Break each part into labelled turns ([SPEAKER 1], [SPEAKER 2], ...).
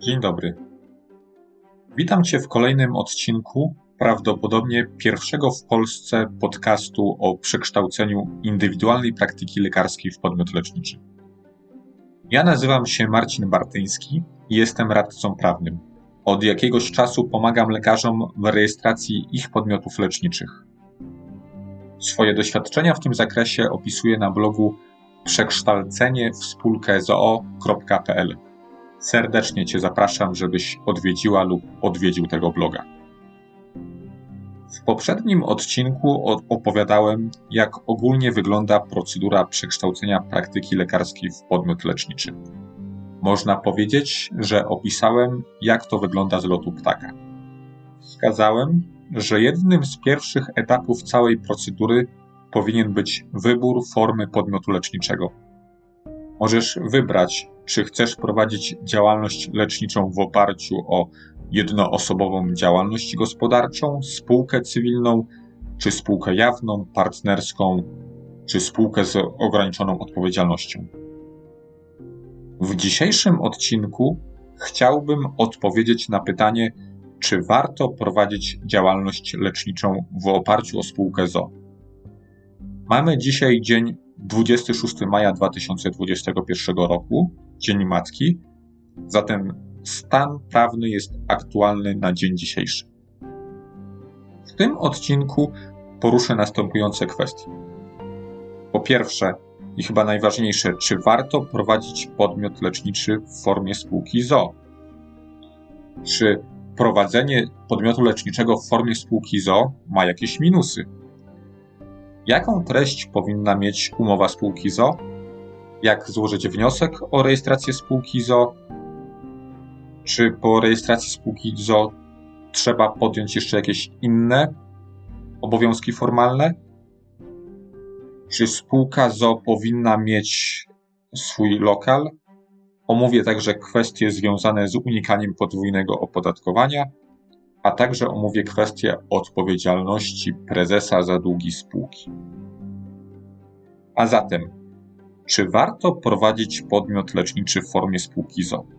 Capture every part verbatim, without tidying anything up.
[SPEAKER 1] Dzień dobry. Witam Cię w kolejnym odcinku, prawdopodobnie pierwszego w Polsce podcastu o przekształceniu indywidualnej praktyki lekarskiej w podmiot leczniczy. Ja nazywam się Marcin Bartyński i jestem radcą prawnym. Od jakiegoś czasu pomagam lekarzom w rejestracji ich podmiotów leczniczych. Swoje doświadczenia w tym zakresie opisuję na blogu przekształcenie w spółkę z o o kropka p l. Serdecznie Cię zapraszam, żebyś odwiedziła lub odwiedził tego bloga. W poprzednim odcinku opowiadałem, jak ogólnie wygląda procedura przekształcenia praktyki lekarskiej w podmiot leczniczy. Można powiedzieć, że opisałem, jak to wygląda z lotu ptaka. Wskazałem, że jednym z pierwszych etapów całej procedury powinien być wybór formy podmiotu leczniczego. Możesz wybrać, czy chcesz prowadzić działalność leczniczą w oparciu o jednoosobową działalność gospodarczą, spółkę cywilną, czy spółkę jawną, partnerską, czy spółkę z ograniczoną odpowiedzialnością. W dzisiejszym odcinku chciałbym odpowiedzieć na pytanie, czy warto prowadzić działalność leczniczą w oparciu o spółkę z o o. Mamy dzisiaj dzień dwudziestego szóstego maja dwa tysiące dwudziestego pierwszego roku, Dzień Matki, zatem stan prawny jest aktualny na dzień dzisiejszy. W tym odcinku poruszę następujące kwestie. Po pierwsze, i chyba najważniejsze, czy warto prowadzić podmiot leczniczy w formie spółki z o o? Czy prowadzenie podmiotu leczniczego w formie spółki z o o ma jakieś minusy? Jaką treść powinna mieć umowa spółki z o o? Jak złożyć wniosek o rejestrację spółki z o o? Czy po rejestracji spółki z o o trzeba podjąć jeszcze jakieś inne obowiązki formalne? Czy spółka z o o powinna mieć swój lokal? Omówię także kwestie związane z unikaniem podwójnego opodatkowania, a także omówię kwestię odpowiedzialności prezesa za długi spółki. A zatem, czy warto prowadzić podmiot leczniczy w formie spółki z o o?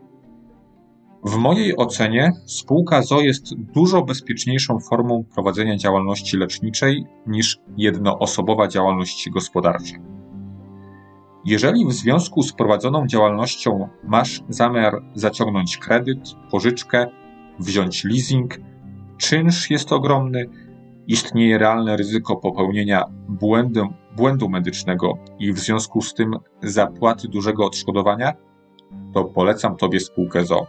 [SPEAKER 1] W mojej ocenie spółka z o o jest dużo bezpieczniejszą formą prowadzenia działalności leczniczej niż jednoosobowa działalność gospodarcza. Jeżeli w związku z prowadzoną działalnością masz zamiar zaciągnąć kredyt, pożyczkę, wziąć leasing, czynsz jest ogromny, istnieje realne ryzyko popełnienia błędu, błędu medycznego i w związku z tym zapłaty dużego odszkodowania, to polecam Tobie spółkę z o o.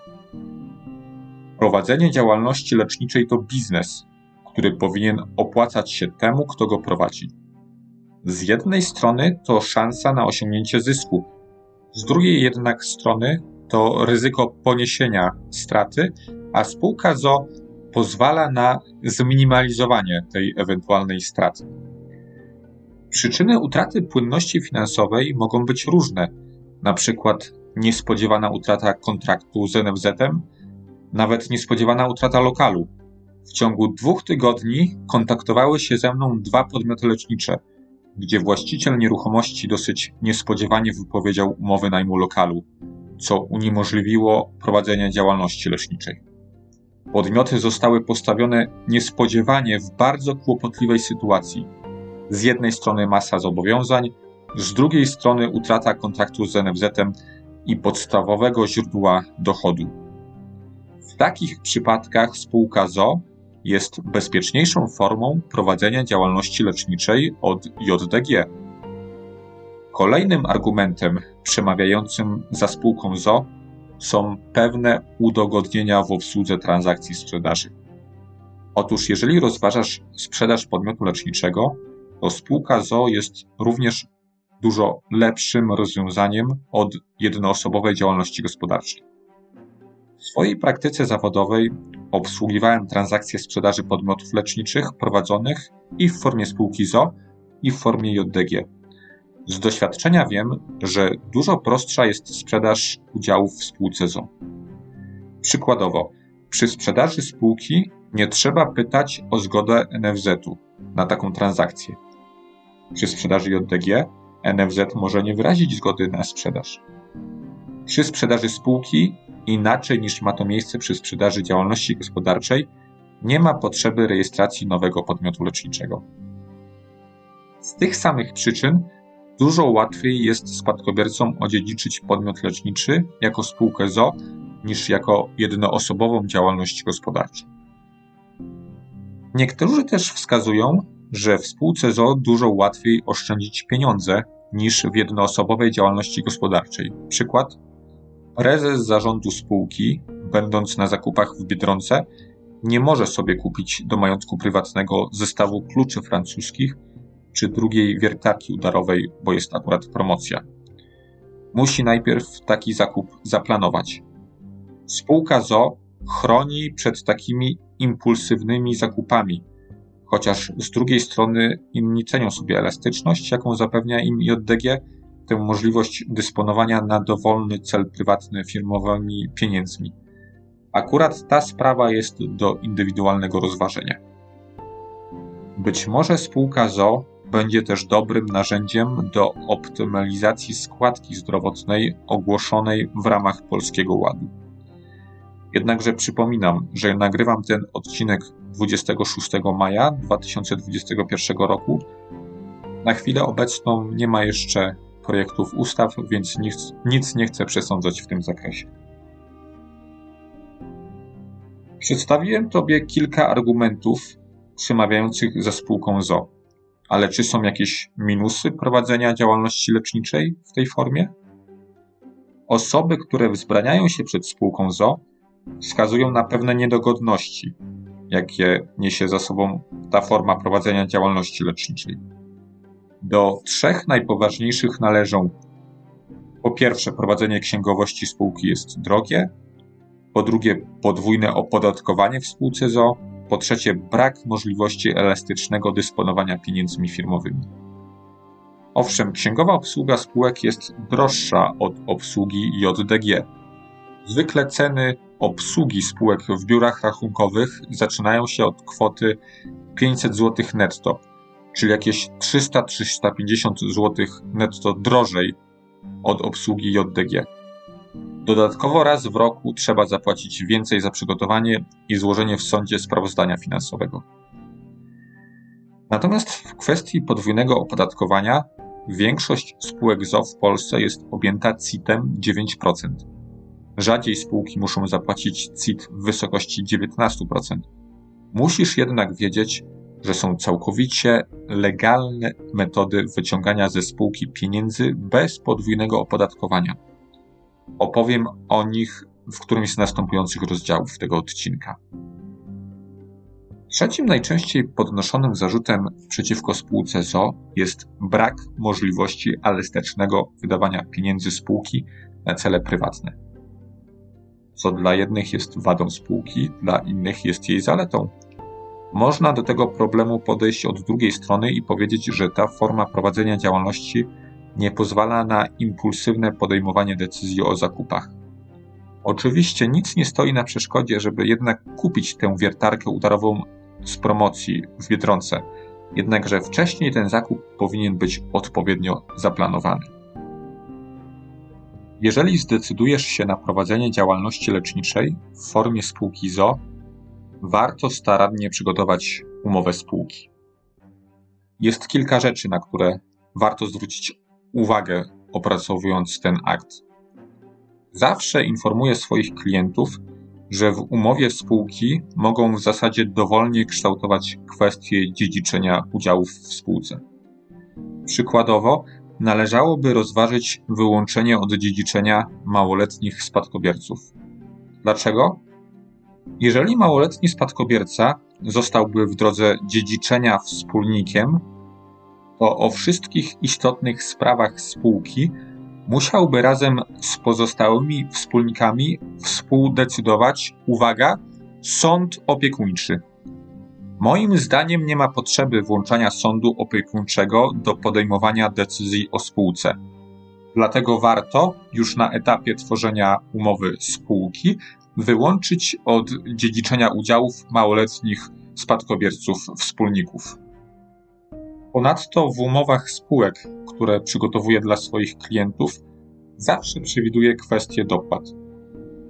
[SPEAKER 1] Prowadzenie działalności leczniczej to biznes, który powinien opłacać się temu, kto go prowadzi. Z jednej strony to szansa na osiągnięcie zysku, z drugiej jednak strony to ryzyko poniesienia straty, a spółka z o o pozwala na zminimalizowanie tej ewentualnej straty. Przyczyny utraty płynności finansowej mogą być różne, na przykład niespodziewana utrata kontraktu z en ef zet-em, nawet niespodziewana utrata lokalu. W ciągu dwóch tygodni kontaktowały się ze mną dwa podmioty lecznicze, gdzie właściciel nieruchomości dosyć niespodziewanie wypowiedział umowę najmu lokalu, co uniemożliwiło prowadzenie działalności leczniczej. Podmioty zostały postawione niespodziewanie w bardzo kłopotliwej sytuacji. Z jednej strony masa zobowiązań, z drugiej strony utrata kontraktu z en ef zet-em i podstawowego źródła dochodu. W takich przypadkach spółka z o o jest bezpieczniejszą formą prowadzenia działalności leczniczej od jot de gie. Kolejnym argumentem przemawiającym za spółką z o o są pewne udogodnienia w obsłudze transakcji sprzedaży. Otóż jeżeli rozważasz sprzedaż podmiotu leczniczego, to spółka z o o jest również dużo lepszym rozwiązaniem od jednoosobowej działalności gospodarczej. W swojej praktyce zawodowej obsługiwałem transakcje sprzedaży podmiotów leczniczych prowadzonych i w formie spółki z o o, i w formie jot de gie. Z doświadczenia wiem, że dużo prostsza jest sprzedaż udziałów w spółce z o o. Przykładowo, przy sprzedaży spółki nie trzeba pytać o zgodę en ef zet-u na taką transakcję. Przy sprzedaży jot de gie en ef zet może nie wyrazić zgody na sprzedaż. Przy sprzedaży spółki inaczej niż ma to miejsce przy sprzedaży działalności gospodarczej, nie ma potrzeby rejestracji nowego podmiotu leczniczego. Z tych samych przyczyn dużo łatwiej jest spadkobiercom odziedziczyć podmiot leczniczy jako spółkę z o o niż jako jednoosobową działalność gospodarczą. Niektórzy też wskazują, że w spółce z o o dużo łatwiej oszczędzić pieniądze niż w jednoosobowej działalności gospodarczej. Przykład: prezes zarządu spółki, będąc na zakupach w Biedronce, nie może sobie kupić do majątku prywatnego zestawu kluczy francuskich czy drugiej wiertarki udarowej, bo jest akurat promocja. Musi najpierw taki zakup zaplanować. Spółka z o o chroni przed takimi impulsywnymi zakupami, chociaż z drugiej strony inni cenią sobie elastyczność, jaką zapewnia im J D G, tę możliwość dysponowania na dowolny cel prywatny firmowymi pieniędzmi. Akurat ta sprawa jest do indywidualnego rozważenia. Być może spółka z o o będzie też dobrym narzędziem do optymalizacji składki zdrowotnej ogłoszonej w ramach Polskiego Ładu. Jednakże przypominam, że nagrywam ten odcinek dwudziestego szóstego maja dwa tysiące dwudziestego pierwszego roku. Na chwilę obecną nie ma jeszcze projektów ustaw, więc nic, nic nie chcę przesądzać w tym zakresie. Przedstawiłem Tobie kilka argumentów przemawiających za spółką z o o. Ale czy są jakieś minusy prowadzenia działalności leczniczej w tej formie? Osoby, które wzbraniają się przed spółką z o o, wskazują na pewne niedogodności, jakie niesie za sobą ta forma prowadzenia działalności leczniczej. Do trzech najpoważniejszych należą: po pierwsze, prowadzenie księgowości spółki jest drogie, po drugie, podwójne opodatkowanie w spółce z o o, po trzecie, brak możliwości elastycznego dysponowania pieniędzmi firmowymi. Owszem, księgowa obsługa spółek jest droższa od obsługi J D G. Zwykle ceny obsługi spółek w biurach rachunkowych zaczynają się od kwoty pięćset złotych netto, czyli jakieś trzysta do trzystu pięćdziesięciu złotych netto drożej od obsługi J D G. Dodatkowo raz w roku trzeba zapłacić więcej za przygotowanie i złożenie w sądzie sprawozdania finansowego. Natomiast w kwestii podwójnego opodatkowania większość spółek z o o w Polsce jest objęta C I T-em dziewięć procent. Rzadziej spółki muszą zapłacić C I T w wysokości dziewiętnaście procent. Musisz jednak wiedzieć, że są całkowicie legalne metody wyciągania ze spółki pieniędzy bez podwójnego opodatkowania. Opowiem o nich w którymś z następujących rozdziałów tego odcinka. Trzecim najczęściej podnoszonym zarzutem przeciwko spółce z o o jest brak możliwości elastycznego wydawania pieniędzy spółki na cele prywatne. Co dla jednych jest wadą spółki, dla innych jest jej zaletą. Można do tego problemu podejść od drugiej strony i powiedzieć, że ta forma prowadzenia działalności nie pozwala na impulsywne podejmowanie decyzji o zakupach. Oczywiście nic nie stoi na przeszkodzie, żeby jednak kupić tę wiertarkę udarową z promocji w Biedronce, jednakże wcześniej ten zakup powinien być odpowiednio zaplanowany. Jeżeli zdecydujesz się na prowadzenie działalności leczniczej w formie spółki z o o, warto starannie przygotować umowę spółki. Jest kilka rzeczy, na które warto zwrócić uwagę, opracowując ten akt. Zawsze informuję swoich klientów, że w umowie spółki mogą w zasadzie dowolnie kształtować kwestie dziedziczenia udziałów w spółce. Przykładowo, należałoby rozważyć wyłączenie od dziedziczenia małoletnich spadkobierców. Dlaczego? Jeżeli małoletni spadkobierca zostałby w drodze dziedziczenia wspólnikiem, to o wszystkich istotnych sprawach spółki musiałby razem z pozostałymi wspólnikami współdecydować, uwaga, sąd opiekuńczy. Moim zdaniem nie ma potrzeby włączania sądu opiekuńczego do podejmowania decyzji o spółce. Dlatego warto już na etapie tworzenia umowy spółki wyłączyć od dziedziczenia udziałów małoletnich spadkobierców wspólników. Ponadto w umowach spółek, które przygotowuję dla swoich klientów, zawsze przewiduję kwestię dopłat.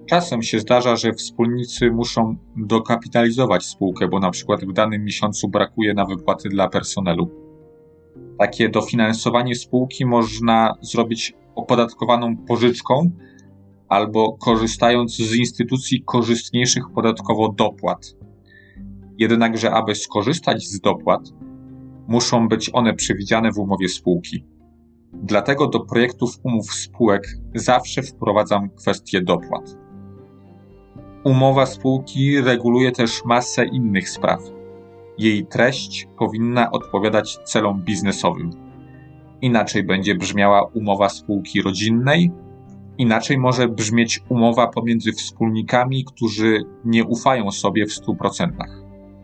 [SPEAKER 1] Czasem się zdarza, że wspólnicy muszą dokapitalizować spółkę, bo na przykład w danym miesiącu brakuje na wypłaty dla personelu. Takie dofinansowanie spółki można zrobić opodatkowaną pożyczką albo korzystając z instytucji korzystniejszych podatkowo dopłat. Jednakże, aby skorzystać z dopłat, muszą być one przewidziane w umowie spółki. Dlatego do projektów umów spółek zawsze wprowadzam kwestię dopłat. Umowa spółki reguluje też masę innych spraw. Jej treść powinna odpowiadać celom biznesowym. Inaczej będzie brzmiała umowa spółki rodzinnej, inaczej może brzmieć umowa pomiędzy wspólnikami, którzy nie ufają sobie w stu procentach.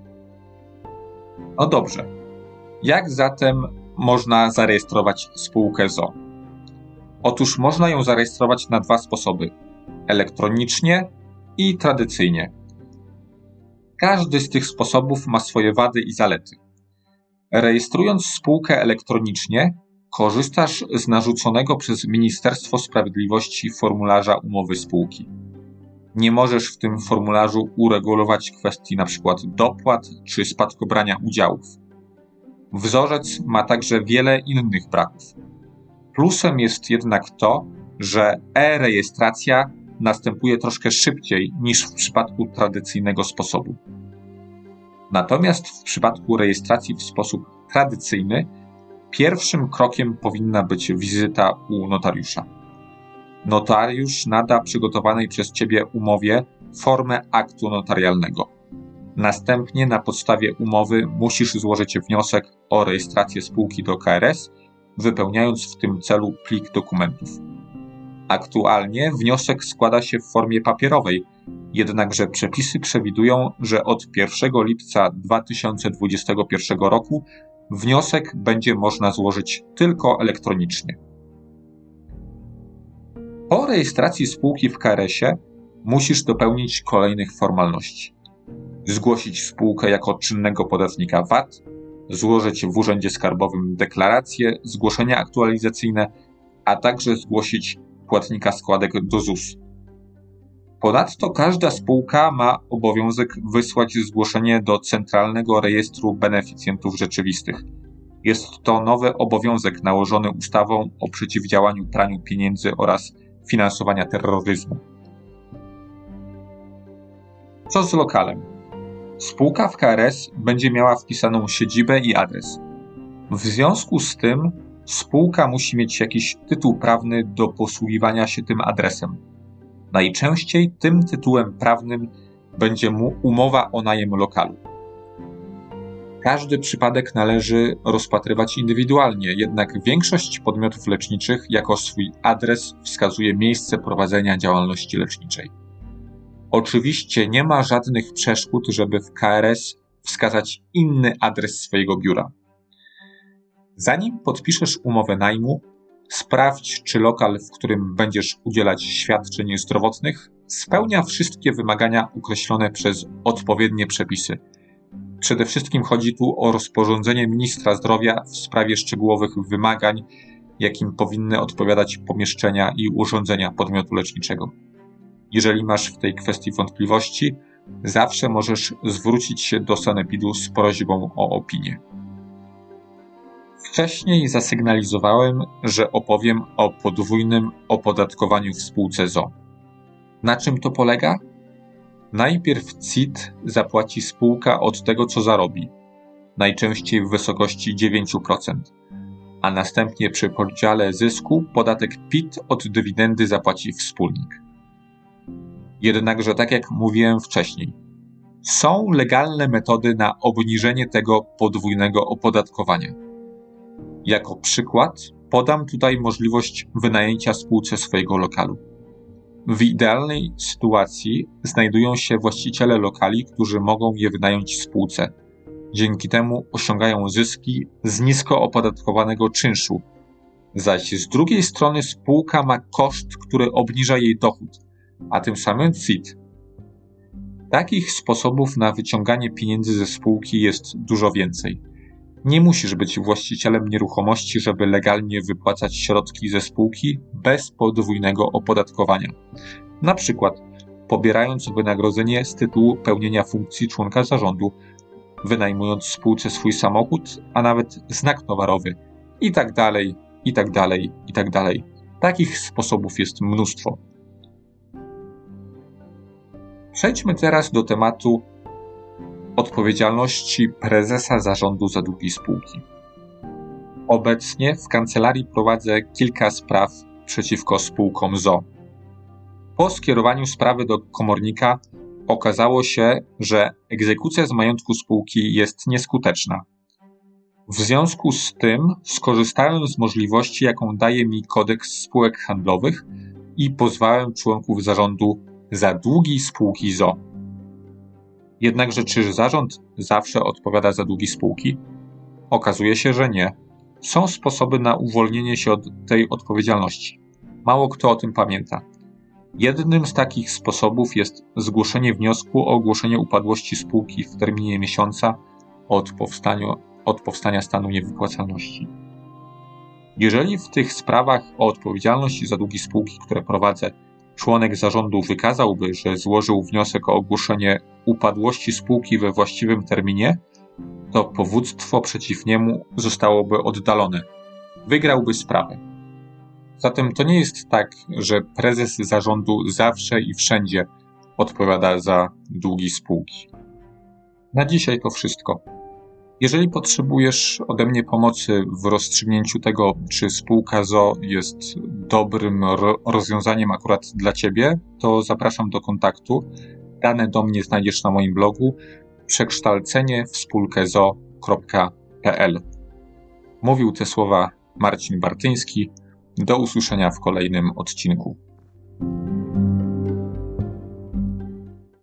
[SPEAKER 1] No dobrze. Jak zatem można zarejestrować spółkę z o o? Otóż można ją zarejestrować na dwa sposoby: elektronicznie i tradycyjnie. Każdy z tych sposobów ma swoje wady i zalety. Rejestrując spółkę elektronicznie, korzystasz z narzuconego przez Ministerstwo Sprawiedliwości formularza umowy spółki. Nie możesz w tym formularzu uregulować kwestii np. dopłat czy spadkobrania udziałów. Wzorzec ma także wiele innych braków. Plusem jest jednak to, że e-rejestracja następuje troszkę szybciej niż w przypadku tradycyjnego sposobu. Natomiast w przypadku rejestracji w sposób tradycyjny pierwszym krokiem powinna być wizyta u notariusza. Notariusz nada przygotowanej przez Ciebie umowie formę aktu notarialnego. Następnie na podstawie umowy musisz złożyć wniosek o rejestrację spółki do K R S, wypełniając w tym celu plik dokumentów. Aktualnie wniosek składa się w formie papierowej, jednakże przepisy przewidują, że od pierwszego lipca dwa tysiące dwudziestego pierwszego roku wniosek będzie można złożyć tylko elektronicznie. Po rejestracji spółki w K R S ie musisz dopełnić kolejnych formalności. Zgłosić spółkę jako czynnego podatnika V A T, złożyć w Urzędzie Skarbowym deklaracje, zgłoszenia aktualizacyjne, a także zgłosić płatnika składek do Z U S. Ponadto każda spółka ma obowiązek wysłać zgłoszenie do Centralnego Rejestru Beneficjentów Rzeczywistych. Jest to nowy obowiązek nałożony ustawą o przeciwdziałaniu praniu pieniędzy oraz finansowania terroryzmu. Co z lokalem? Spółka w K R S będzie miała wpisaną siedzibę i adres. W związku z tym spółka musi mieć jakiś tytuł prawny do posługiwania się tym adresem. Najczęściej tym tytułem prawnym będzie mu umowa o najem lokalu. Każdy przypadek należy rozpatrywać indywidualnie, jednak większość podmiotów leczniczych jako swój adres wskazuje miejsce prowadzenia działalności leczniczej. Oczywiście nie ma żadnych przeszkód, żeby w K R S wskazać inny adres swojego biura. Zanim podpiszesz umowę najmu, sprawdź, czy lokal, w którym będziesz udzielać świadczeń zdrowotnych, spełnia wszystkie wymagania określone przez odpowiednie przepisy. Przede wszystkim chodzi tu o rozporządzenie ministra zdrowia w sprawie szczegółowych wymagań, jakim powinny odpowiadać pomieszczenia i urządzenia podmiotu leczniczego. Jeżeli masz w tej kwestii wątpliwości, zawsze możesz zwrócić się do sanepidu z prośbą o opinię. Wcześniej zasygnalizowałem, że opowiem o podwójnym opodatkowaniu w spółce z o o. Na czym to polega? Najpierw C I T zapłaci spółka od tego, co zarobi, najczęściej w wysokości dziewięć procent, a następnie przy podziale zysku podatek P I T od dywidendy zapłaci wspólnik. Jednakże, tak jak mówiłem wcześniej, są legalne metody na obniżenie tego podwójnego opodatkowania. Jako przykład podam tutaj możliwość wynajęcia spółce swojego lokalu. W idealnej sytuacji znajdują się właściciele lokali, którzy mogą je wynająć spółce. Dzięki temu osiągają zyski z nisko opodatkowanego czynszu, zaś z drugiej strony spółka ma koszt, który obniża jej dochód, a tym samym C I T. Takich sposobów na wyciąganie pieniędzy ze spółki jest dużo więcej. Nie musisz być właścicielem nieruchomości, żeby legalnie wypłacać środki ze spółki bez podwójnego opodatkowania. Na przykład pobierając wynagrodzenie z tytułu pełnienia funkcji członka zarządu, wynajmując spółce swój samochód, a nawet znak towarowy i tak dalej, i tak dalej, i tak dalej. Takich sposobów jest mnóstwo. Przejdźmy teraz do tematu odpowiedzialności prezesa zarządu za długi spółki. Obecnie w kancelarii prowadzę kilka spraw przeciwko spółkom z o o. Po skierowaniu sprawy do komornika okazało się, że egzekucja z majątku spółki jest nieskuteczna. W związku z tym skorzystałem z możliwości, jaką daje mi kodeks spółek handlowych i pozwałem członków zarządu za długi spółki z o o. Jednakże czy zarząd zawsze odpowiada za długi spółki? Okazuje się, że nie. Są sposoby na uwolnienie się od tej odpowiedzialności. Mało kto o tym pamięta. Jednym z takich sposobów jest zgłoszenie wniosku o ogłoszenie upadłości spółki w terminie miesiąca od powstania, od powstania stanu niewypłacalności. Jeżeli w tych sprawach o odpowiedzialność za długi spółki, które prowadzę, członek zarządu wykazałby, że złożył wniosek o ogłoszenie upadłości spółki we właściwym terminie, to powództwo przeciw niemu zostałoby oddalone. Wygrałby sprawę. Zatem to nie jest tak, że prezes zarządu zawsze i wszędzie odpowiada za długi spółki. Na dzisiaj to wszystko. Jeżeli potrzebujesz ode mnie pomocy w rozstrzygnięciu tego, czy spółka z o o jest dobrym ro- rozwiązaniem akurat dla Ciebie, to zapraszam do kontaktu. Dane do mnie znajdziesz na moim blogu przekształcenie w spółkę z o o kropka p l. Mówił te słowa Marcin Bartyński. Do usłyszenia w kolejnym odcinku.